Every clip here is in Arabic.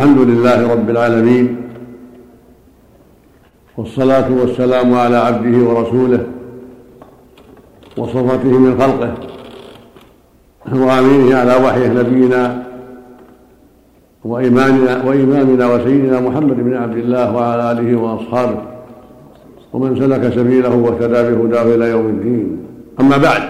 الحمد لله رب العالمين، والصلاة والسلام على عبده ورسوله وصفته من خلقه وأمينه على وحيه نبينا وإمامنا وسيدنا محمد بن عبد الله وعلى آله وأصحابه ومن سلك سبيله واهتدى بهداه إلى يوم الدين. أما بعد،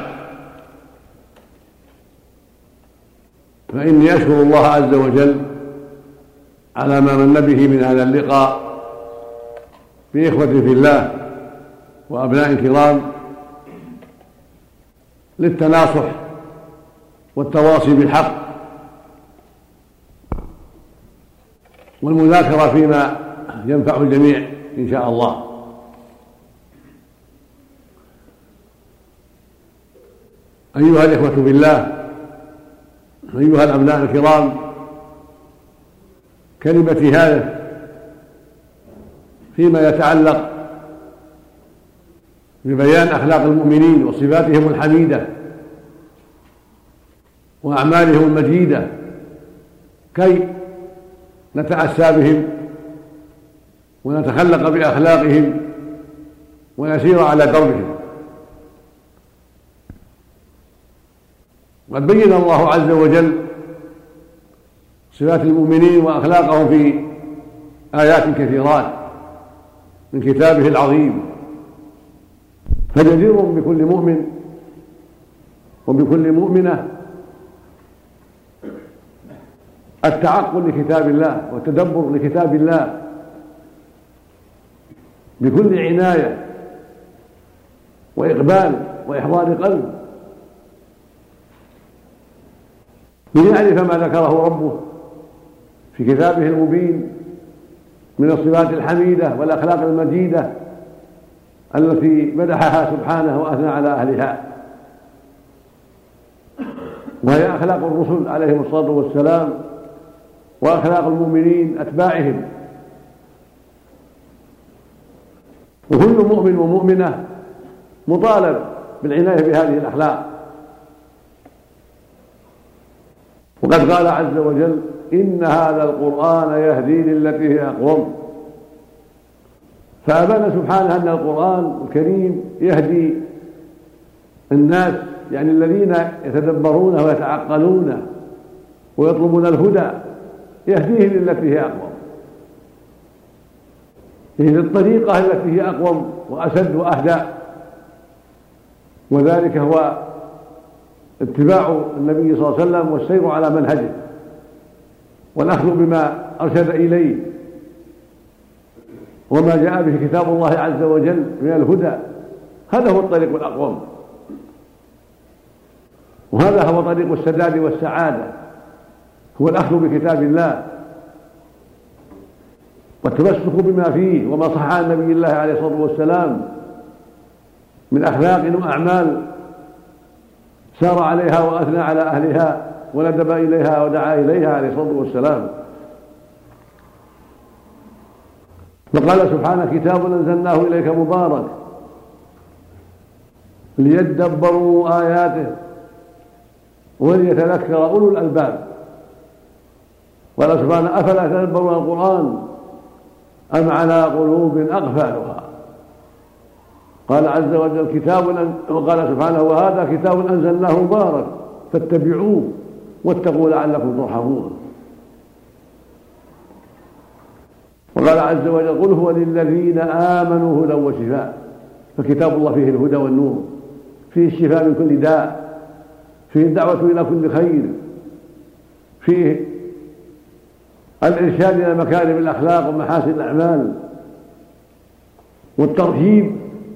فإني أشكر الله عز وجل على ما من به من هذا اللقاء بإخوة في الله وأبناء كرام للتناصح والتواصي بالحق والمذاكرة فيما ينفع الجميع إن شاء الله. أيها الإخوة في الله، أيها الأبناء الكرام، كلمتي هذه فيما يتعلق ببيان أخلاق المؤمنين وصفاتهم الحميدة وأعمالهم المجيدة كي نتأسى بهم ونتخلق بأخلاقهم ونسير على دربهم. قد بين الله عز وجل صفات المؤمنين وأخلاقهم في آيات كثيرات من كتابه العظيم، فجدير بكل مؤمن وبكل مؤمنة التعقل لكتاب الله والتدبر لكتاب الله بكل عناية وإقبال وإحضار قلب، ليعرف ما ذكره ربه في كتابه المبين من الصفات الحميدة والأخلاق المجيدة التي مدحها سبحانه وأثنى على أهلها، وهي أخلاق الرسل عليهم الصلاة والسلام وأخلاق المؤمنين أتباعهم. وكل مؤمن ومؤمنة مطالب بالعناية بهذه الأخلاق. وقد قال عز وجل: إن هذا القرآن يهدي للتي هي أقوم. فأبان سبحانه أن القرآن الكريم يهدي الناس، يعني الذين يتدبرونه ويتعقلونه ويطلبون الهدى، يهديهم للتي هي أقوم، هي الطريقة التي هي أقوم وأسد وأهدى، وذلك هو اتباع النبي صلى الله عليه وسلم والسير على منهجه والأخذ بما أرشد إليه وما جاء به كتاب الله عز وجل من الهدى. هذا هو الطريق الأقوم، وهذا هو طريق السداد والسعادة، هو الأخذ بكتاب الله والتمسك بما فيه وما صح عن نبي الله عليه الصلاة والسلام من أخلاق وأعمال سار عليها وأثنى على أهلها وندب إليها ودعا إليها عليه الصلاة والسلام. فقال سبحانه: كتاب أنزلناه إليك مبارك ليدبروا آياته وليتذكر أولو الألباب. قال سبحانه: أفلا يتدبرون القرآن أم على قلوب أقفالها. قال عز وجل: وقال سبحانه: وهذا كتاب أنزلناه مبارك فاتبعوه واتقوا لعلكم ترحمون. وقال عز وجل: قل هو للذين آمنوا هدى وشفاء. فكتاب الله فيه الهدى والنور، فيه الشفاء من كل داء، فيه الدعوة إلى كل خير، فيه الإرشاد إلى مكارم الأخلاق ومحاسن الأعمال، والترهيب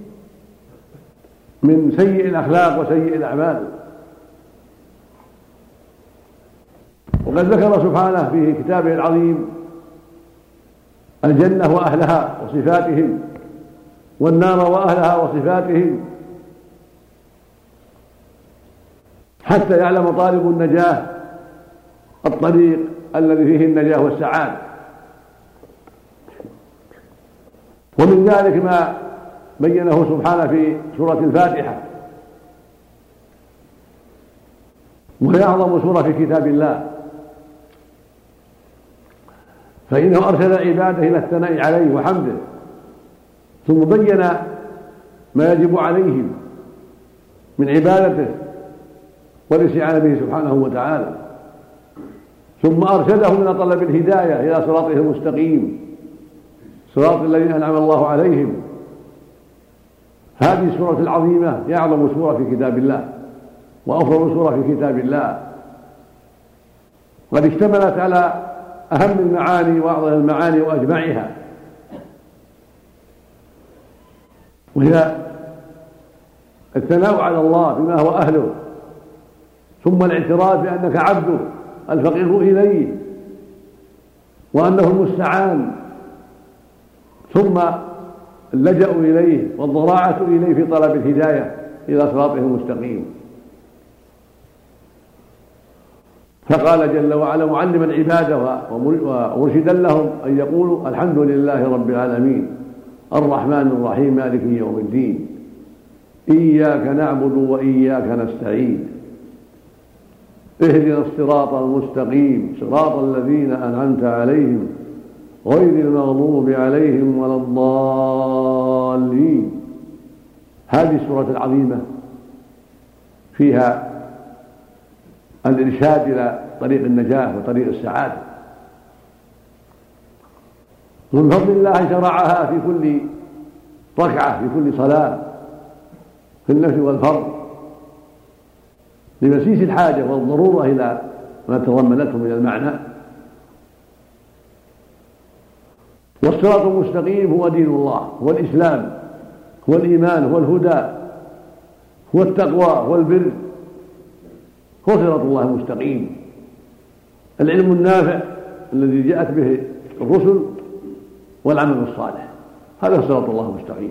من سيء الأخلاق وسيء الأعمال. وقد ذكر سبحانه في كتابه العظيم الجنة وأهلها وصفاتهم، والنار وأهلها وصفاتهم، حتى يعلم طالب النجاة الطريق الذي فيه النجاة والسعادة. ومن ذلك ما بينه سبحانه في سورة الفاتحة، وهي أعظم سورة في كتاب الله، فإنه أرشد عباده إلى الثناء عليه وحمده، ثم بين ما يجب عليهم من عبادته والاستعانة به سبحانه وتعالى، ثم أرشدهم إلى طلب الهداية إلى صراطه المستقيم، صراط الذين أنعم الله عليهم. هذه السورة العظيمة هي أعظم سورة في كتاب الله وأفضل سورة في كتاب الله، قد اشتملت على أهم المعاني وأعظم المعاني وأجمعها، وهي الثناء على الله بما هو أهله، ثم الاعتراف بأنك عبده الفقير إليه وأنه المستعان، ثم اللجأ إليه والضراعة إليه في طلب الهداية إلى صراطه المستقيم. فقال جل وعلا معلما عباده ومرشدا لهم أن يقولوا الحمد لله رب العالمين الرحمن الرحيم مالك يوم الدين إياك نعبد وإياك نستعين اهدنا الصراط المستقيم صراط الذين أنعمت عليهم غير المغضوب عليهم ولا الضالين. هذه السورة العظيمة فيها الإرشاد إلى طريق النجاة وطريق السعادة، ومن فضل الله شرعها في كل ركعة في كل صلاة في النفل والفرض لمسيس الحاجة والضرورة إلى ما تضمنته من المعنى. والصراط المستقيم هو دين الله، هو الإسلام، هو الإيمان، هو الهدى، هو التقوى، هو البر، هو صراط الله المستقيم. العلم النافع الذي جاءت به الرسل والعمل الصالح، هذا صراط الله المستقيم.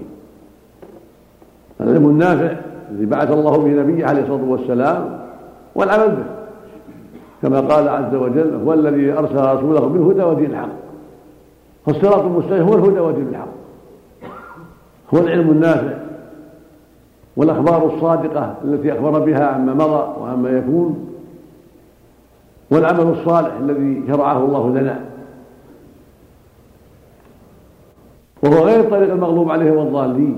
العلم النافع الذي بعث الله به نبيه عليه الصلاة والسلام والعمل به، كما قال عز وجل هو الذي أرسل رسوله بالهدى ودين الحق. فالصراط المستقيم هو الهدى ودين الحق، هو العلم النافع والأخبار الصادقة التي أخبر بها عما مضى وعما يكون، والعمل الصالح الذي شرعه الله لنا، وهو غير طريق المغضوب عليهم والضالين.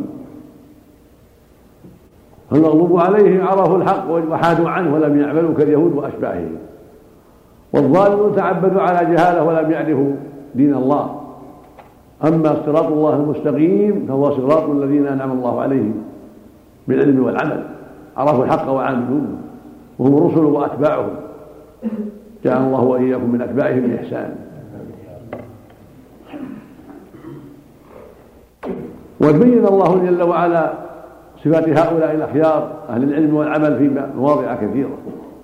فالمغضوب عليهم عرفوا الحق وحادوا عنه ولم يعملوا كاليهود وأشباههم، والضالون تعبدوا على جهالة ولم يعرفوا دين الله. أما صراط الله المستقيم فهو صراط الذين أنعم الله عليهم بالعلم والعمل، عرفوا الحق وعاملوه، وهم الرسل وأتباعهم، جعلنا الله وإياكم من أتباعهم بإحسان. وبين الله جل وعلا صفات هؤلاء الأخيار أهل العلم والعمل في مواضع كثيرة.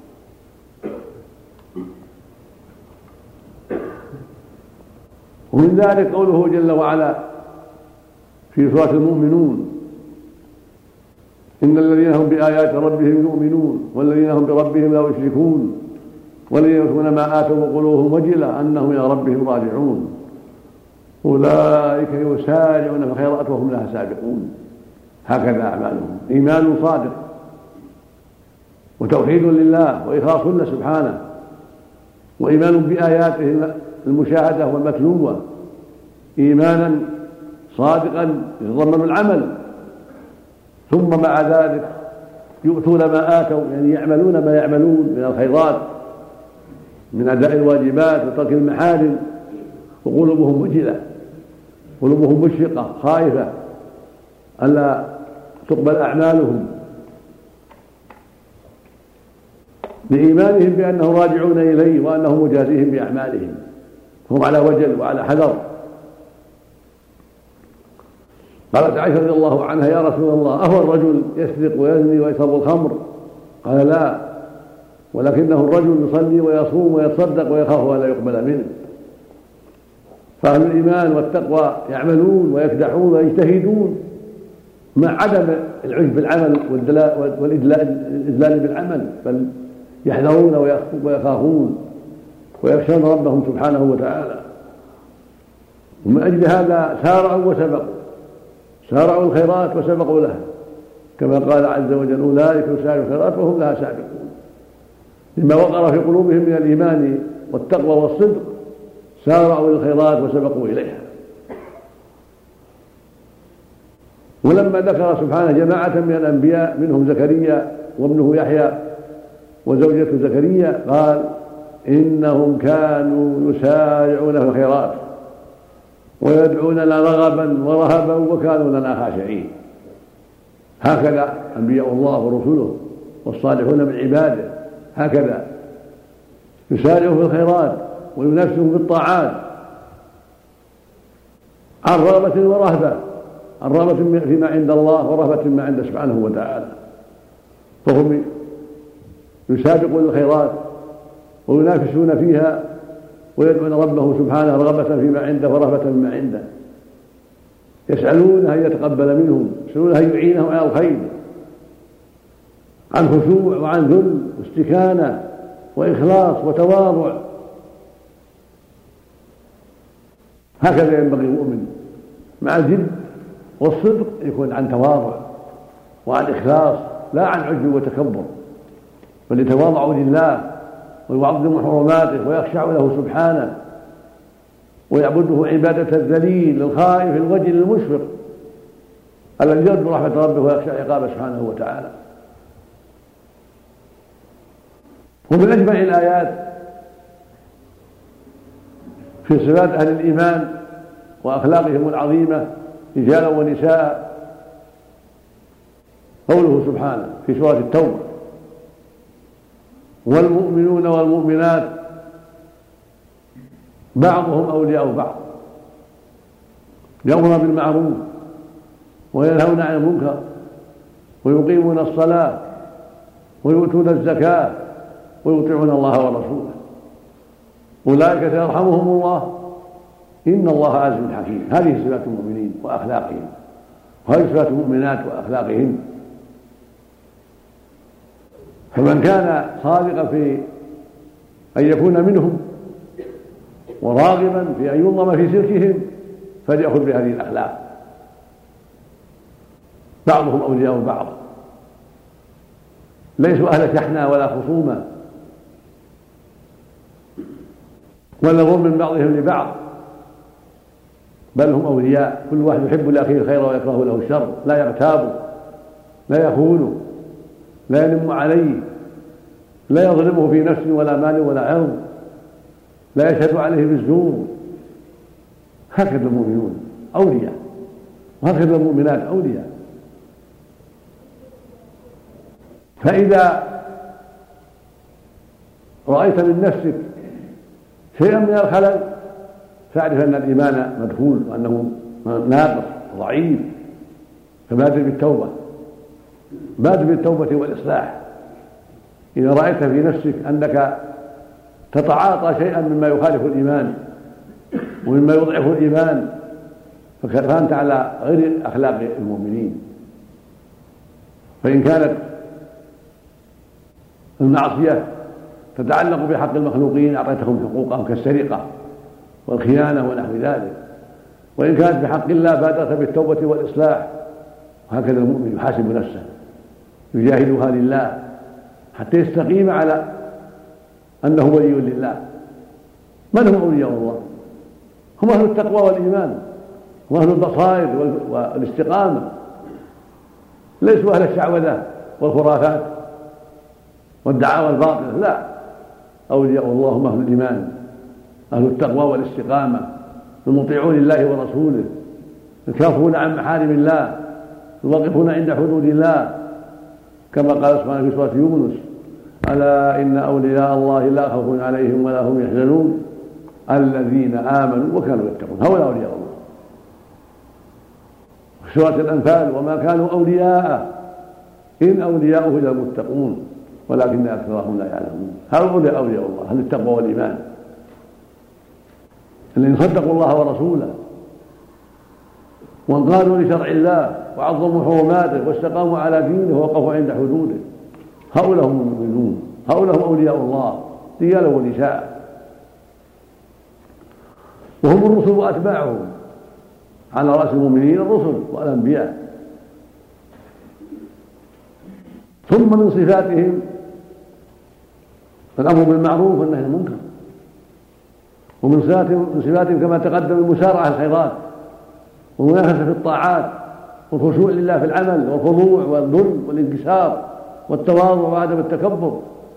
ومن ذلك قوله جل وعلا في سورة المؤمنون إن الذين هم بآيات ربهم يؤمنون والذين هم بربهم لا يشركون والذين يؤتون ما آتوا وقلوبهم وجلة أنهم إلى ربهم راجعون أولئك يسارعون في الخيرات وهم لها سابقون. هكذا أعمالهم، إيمان صادق وتوحيد لله وإخلاص له سبحانه، وإيمان بآياته المشاهدة والمتلوة، إيمانا صادقا يتضمن العمل، ثم مع ذلك يؤتون ما آتوا، يعني يعملون ما يعملون من الخيرات من أداء الواجبات وترك المحارم، وقلوبهم وجلة، قلوبهم مشفقة خائفة ألا تقبل أعمالهم، لإيمانهم بأنهم راجعون إليه وأنه مجازيهم بأعمالهم، هم على وجل وعلى حذر. قالت عائشة رضي الله عنها يا رسول الله أهو الرجل يسرق ويزني ويشرب الخمر؟ قال لا، ولكنه الرجل يصلي ويصوم ويتصدق ويخاف ألا يقبل منه. فأهل الإيمان والتقوى يعملون ويكدحون ويجتهدون مع عدم العجب بالعمل والإذلال بالعمل، بل يحذرون ويخافون ويخشون ربهم سبحانه وتعالى. ومن أجل هذا سارعوا وسبقوا، سارعوا الخيرات وسبقوا لها، كما قال عز وجل أولئك يسارعون الخيرات وهم لها سابقون، لما وقر في قلوبهم من الإيمان والتقوى والصدق، سارعوا للخيرات وسبقوا إليها. ولما ذكر سبحانه جماعة من الأنبياء منهم زكريا وابنه يحيى وزوجته زكريا قال إنهم كانوا يسارعون في الخيرات ويدعوننا رغبا ورهبا وكانوا لنا خاشعين. هكذا أنبياء الله ورسله والصالحون من عباده هكذا يسارعوا في الخيرات وينافسهم في الطاعات عن رغبة ورهبة، عن رغبة فيما عند الله ورهبة ما عنده سبحانه وتعالى. فهم يسابقون الخيرات وينافسون فيها ويدعون ربه سبحانه رغبة فيما عنده ورهبة مما عنده، يسألونه أن يتقبل منهم، يسألونه أن يعينهم على الخير عن خشوع وعن ذل واستكانة وإخلاص وتواضع. هكذا ينبغي المؤمن مع الجد والصدق يكون عن تواضع وعن إخلاص لا عن عجب وتكبر، بل يتواضعوا لله ويعظموا حرماته ويخشعوا له سبحانه ويعبده عبادة الذليل الخائف الوجل المشفق الذي يرجو رحمة ربه ويخشى عقابه سبحانه وتعالى. ومن أجمع الآيات في صفات أهل الإيمان وأخلاقهم العظيمة رجالا ونساء قوله سبحانه في سورة التوبة والمؤمنون والمؤمنات بعضهم أولياء بعض يأمرون بالمعروف وينهون عن المنكر ويقيمون الصلاة ويؤتون الزكاة ويطيعون الله ورسوله أولئك سيرحمهم الله إن الله عزيز حكيم. هذه صفات المؤمنين وأخلاقهم، وهذه صفات المؤمنات وأخلاقهم. فمن كان صادقا في أن يكون منهم وراغبا في أن ينظم في سلكهم فليأخذ بهذه الأخلاق. بعضهم أولياء بعض، ليسوا أهل شحنة ولا خصومة ولا ظلم من بعضهم لبعض، بل هم أولياء، كل واحد يحب لأخيه الخير ويكره له الشر، لا يغتاب لا يخون لا ينم عليه لا يظلمه في نفس ولا مال ولا عرض لا يشهد عليه بالزور. هكذا المؤمنون أولياء وهكذا المؤمنات أولياء. فإذا رأيت من نفسك شيئا من الخلل فاعرف أن الإيمان مدخول وأنه ناقص ضعيف، فبادر بالتوبة، بادر بالتوبة والإصلاح. إذا رأيت في نفسك أنك تتعاطى شيئا مما يخالف الإيمان ومما يضعف الإيمان فأنت على غير أخلاق المؤمنين. فإن كانت المعصية تتعلق بحق المخلوقين أعطيتهم حقوقهم كالسرقة والخيانة ونحو ذلك، وإن كانت بحق الله بادرت بالتوبة والإصلاح. وهكذا المؤمن يحاسب نفسه يجاهدها لله حتى يستقيم على أنه ولي لله. من هم أولياء الله؟ هم أهل التقوى والإيمان وأهل البصائر والاستقامة، ليسوا أهل الشعوذة والخرافات والدعاوى الباطلة، لا، أولياء الله هم أهل الإيمان أهل التقوى والاستقامة المطيعون لله ورسوله الكافون عن محارم الله الواقفون عند حدود الله، كما قال سبحانه في سورة يونس ألا إن أولياء الله لا خوف عليهم ولا هم يحزنون الذين آمنوا وكانوا يتقون. هؤلاء أولياء الله. في سورة الأنفال وما كانوا أولياء إن أولياؤه إلا المتقون ولكن أكثرهم لا يعلمون. هؤلاء أولياء الله أهل التقوى والإيمان الذين صدقوا الله ورسوله وانقادوا لشرع الله وعظموا حرماته واستقاموا على دينه ووقفوا عند حدوده. هؤلاء هم المؤمنون، هؤلاء هم أولياء الله رجالا ونساء، وهم الرسل وأتباعهم. على رأس المؤمنين الرسل والأنبياء. ثم من صفاتهم الأمر بالمعروف والنهي عن المنكر، ومن صفاتهم كما تقدم المسارعة الخيرات والمنافسة في الطاعات والخشوع لله في العمل والخضوع والذل والانكسار والتواضع وعدم التكبر.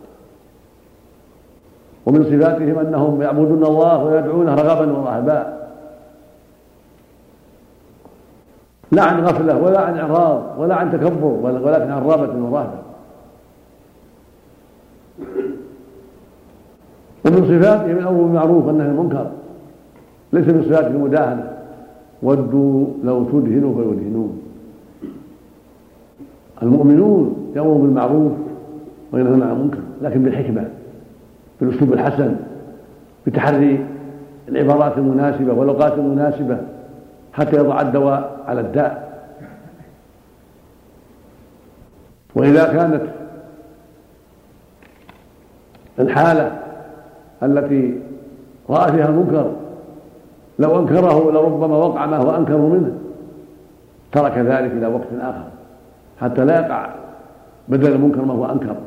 ومن صفاتهم أنهم يعبدون الله ويدعونه رغبا ورهبا، لا عن غفلة ولا عن إعراض ولا عن تكبر، ولكن عن رغبة ورهبة. ومن صفاتهم الأمر بالمعروف والنهي عن المنكر، ليس من صفاتهم المداهنة، ودوا لو تدهنوا فيدهنون. المؤمنون يأمرون بالمعروف وينهون عن المنكر، لكن بالحكمة، بالأسلوب الحسن، بتحري العبارات المناسبة والأوقات المناسبة حتى يضع الدواء على الداء. وإذا كانت الحالة التي رأى فيها المنكر لو أنكره لربما وقع ما هو أنكر منه، ترك ذلك إلى وقت آخر حتى لا يقع بدل المنكر ما هو أنكر،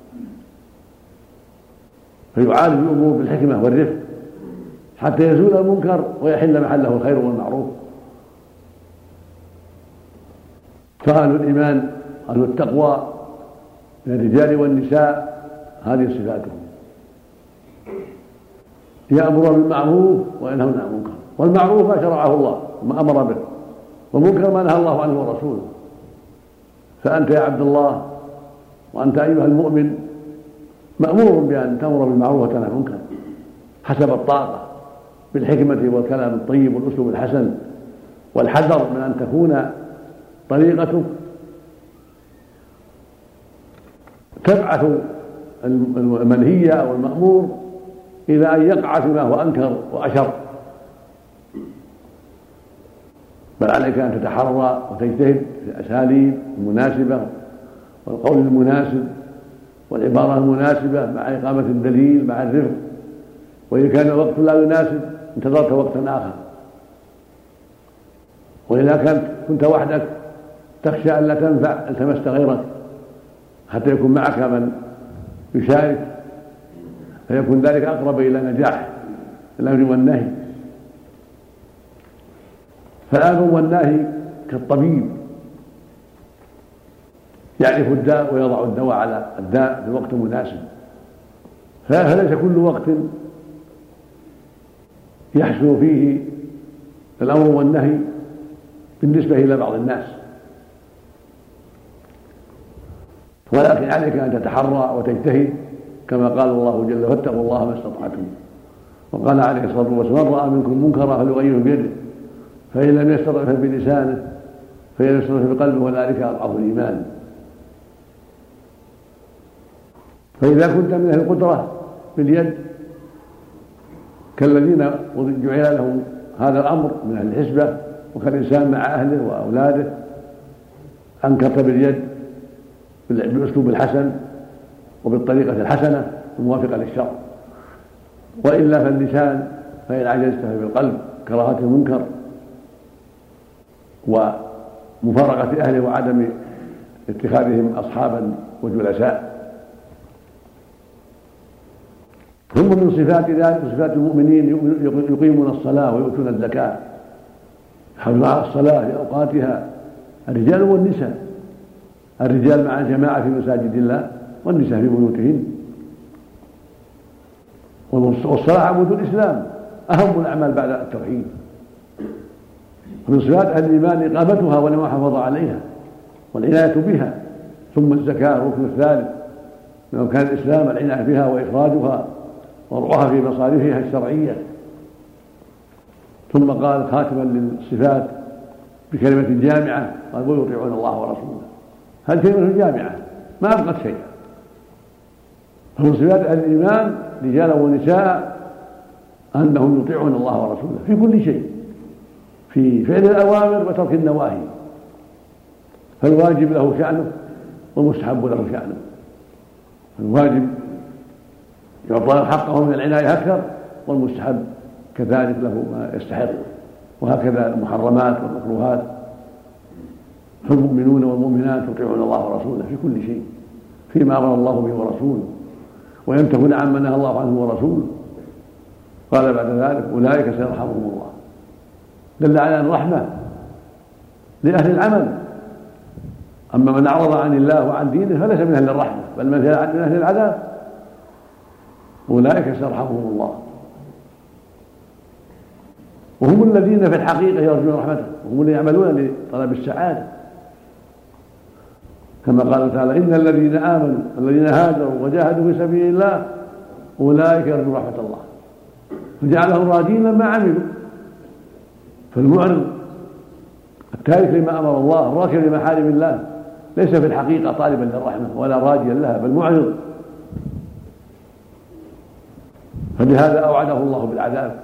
فيعالج الأمور بالحكمة والرفق حتى يزول المنكر ويحل محله الخير والمعروف. فأهل الإيمان أهل التقوى من الرجال والنساء هذه صفاتهم، يأمرون بالمعروف وينهون عن المنكر. والمعروف ما شرعه الله وما أمر به، والمنكر ما نهى الله عنه ورسوله. فأنت يا عبد الله وأنت أيها المؤمن مأمور بأن تأمر بالمعروف وتنهى عن المنكر حسب الطاقة، بالحكمة والكلام الطيب والأسلوب الحسن، والحذر من أن تكون طريقتك تبعث المنهي أو المأمور إلى أن يقع فيما هو أنكر وأشر، بل عليك أن تتحرى وتجتهد في الأساليب المناسبة والقول المناسب والعبارة المناسبة مع إقامة الدليل مع الرفق. وإذا كان الوقت لا يناسب انتظرت وقتا آخر. وإذا كنت وحدك تخشى أن لا تنفع التمست غيرك حتى يكون معك من يشارك، فيكون ذلك أقرب إلى نجاح الأمر والنهي. فالأمر والنهي كالطبيب يعرف الداء ويضع الدواء على الداء في وقت مناسب، فليس كل وقت يحصل فيه الأمر والنهي بالنسبة إلى بعض الناس، ولكن عليك أن تتحرى وتجتهد كما قال الله جل واتقوا الله ما استطعتم. وقال عليه الصلاة والسلام: من رأى منكم منكرا فليغيره بيده، فإن لم يستطع فبلسانه، فإن لم يستطع بقلبه، وذلك أضعف الإيمان. فإذا كنت من أهل القدرة باليد كالذين جعل لهم هذا الأمر من أهل الحسبة وكالإنسان مع أهله وأولاده، أنكرت باليد بالأسلوب الحسن وبالطريقة الحسنة الموافقة للشرع. وإلا فاللسان فإن عجزت بالقلب كراهة المنكر ومفارقة أهله وعدم اتخاذهم أصحابا وجلساء. ثم من صفات ذلك صفات المؤمنين يقيمون الصلاة ويؤتون الزكاة، يحافظون على الصلاة في أوقاتها الرجال والنساء، الرجال مع الجماعة في مساجد الله والنساء في بيوتهن. والصلاة عمود الإسلام، أهم الأعمال بعد التوحيد. ومن صفات أهل الإيمان إقامتها والمحافظة عليها والعناية بها. ثم الزكاة الركن الثالث من أركان الإسلام، العناية بها وإخراجها ووضعها في مصاريفها الشرعية. ثم قال خاتما للصفات بكلمة جامعة قال: ويطيعون الله ورسوله. هذه كلمة جامعة ما أبقت شيئا. فمن صفات أهل الإيمان رجالا ونساء أنهم يطيعون الله ورسوله في كل شيء، في فعل الأوامر وترك النواهي، فالواجب له شأنه والمستحب له شأنه. الواجب يعطى حقه من العناية أكثر، والمستحب كذلك له ما يستحق، وهكذا المحرمات والمكروهات. فالمؤمنون والمؤمنات يطيعون الله ورسوله في كل شيء فيما أمر الله به ورسوله، وينتهون عما نهى الله عنه ورسوله. قال بعد ذلك أولئك سيرحمهم الله. دل على أن الرحمة لأهل العمل، أما من أعرض عن الله وعن دينه فليس من أهل الرحمة بل من أهل العذاب. أولئك سيرحمهم الله، وهم الذين في الحقيقة يرجون رحمته، وهم الذين يعملون لطلب السعادة، كما قال تعالى إن الذين آمنوا الذين هاجروا وجاهدوا في سبيل الله أولئك يرجون رحمة الله، فجعلهم راجين لما عملوا. فالمعرض التارك لما أمر الله الراكب لمحارم الله ليس في الحقيقة طالبا للرحمة ولا راجيا لها بل معرض، فلهذا أوعده الله بالعذاب.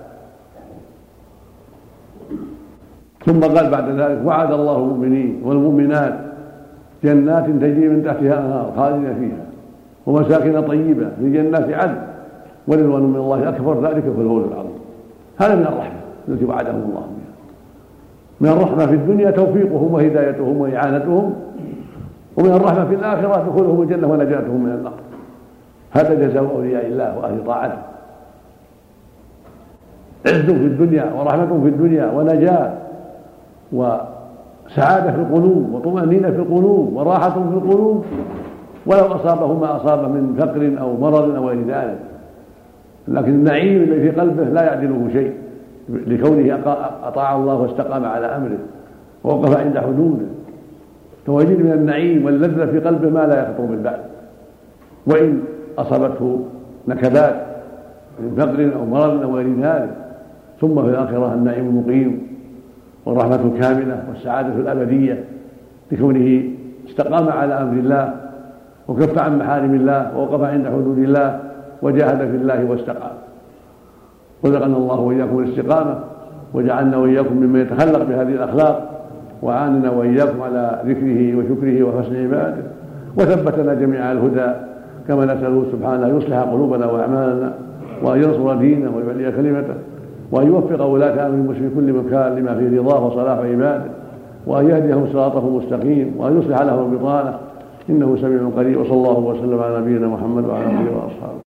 ثم قال بعد ذلك وعد الله المؤمنين والمؤمنات جنات تجري من تحتها أنهار خالدين فيها ومساكن طيبة في جنات عدن ورضوان من الله أكبر ذلك هو الفوز العظيم. هذا من الرحمة التي وعدهم الله بها. من الرحمة في الدنيا توفيقهم وهدايتهم وإعانتهم، ومن الرحمة في الآخرة دخولهم الجنة ونجاتهم من النار. هذا جزاء أولياء الله وأهل طاعته، عز في الدنيا ورحمة في الدنيا ونجاة وسعادة في القلوب وطمأنينة في القلوب وراحة في القلوب، ولو أصابه ما أصابه من فقر أو مرض أو غير ذلك، لكن النعيم الذي في قلبه لا يعدله شيء لكونه أطاع الله واستقام على أمره ووقف عند حدوده، فوجد من النعيم واللذة في قلبه ما لا يخطر بالبال، وإن أصابته نكبات من فقر أو مرض أو غير ذلك. ثم في الآخرة النعيم المقيم والرحمة الكاملة والسعادة الأبدية لكونه استقام على أمر الله وكف عن محارم الله ووقف عند حدود الله وجاهد في الله واستقام. رزقنا الله وإياكم الاستقامة وجعلنا وإياكم ممن يتخلق بهذه الأخلاق، وعاننا وإياكم على ذكره وشكره وحسن عبادته، وثبتنا جميعا على الهدى، كما نسأله سبحانه أن يصلح قلوبنا وأعمالنا وأن ينصر دينه ويعلي كلمته وأن يوفق ولاة أمر المسلمين في كل مكان لما فيه رضاه وصلاح عباده، وأن يهديهم صراطه المستقيم وأن يصلح لهم البطانة، إنه سميع قريب. وصلى الله وسلم على نبينا محمد وعلى آله وأصحابه.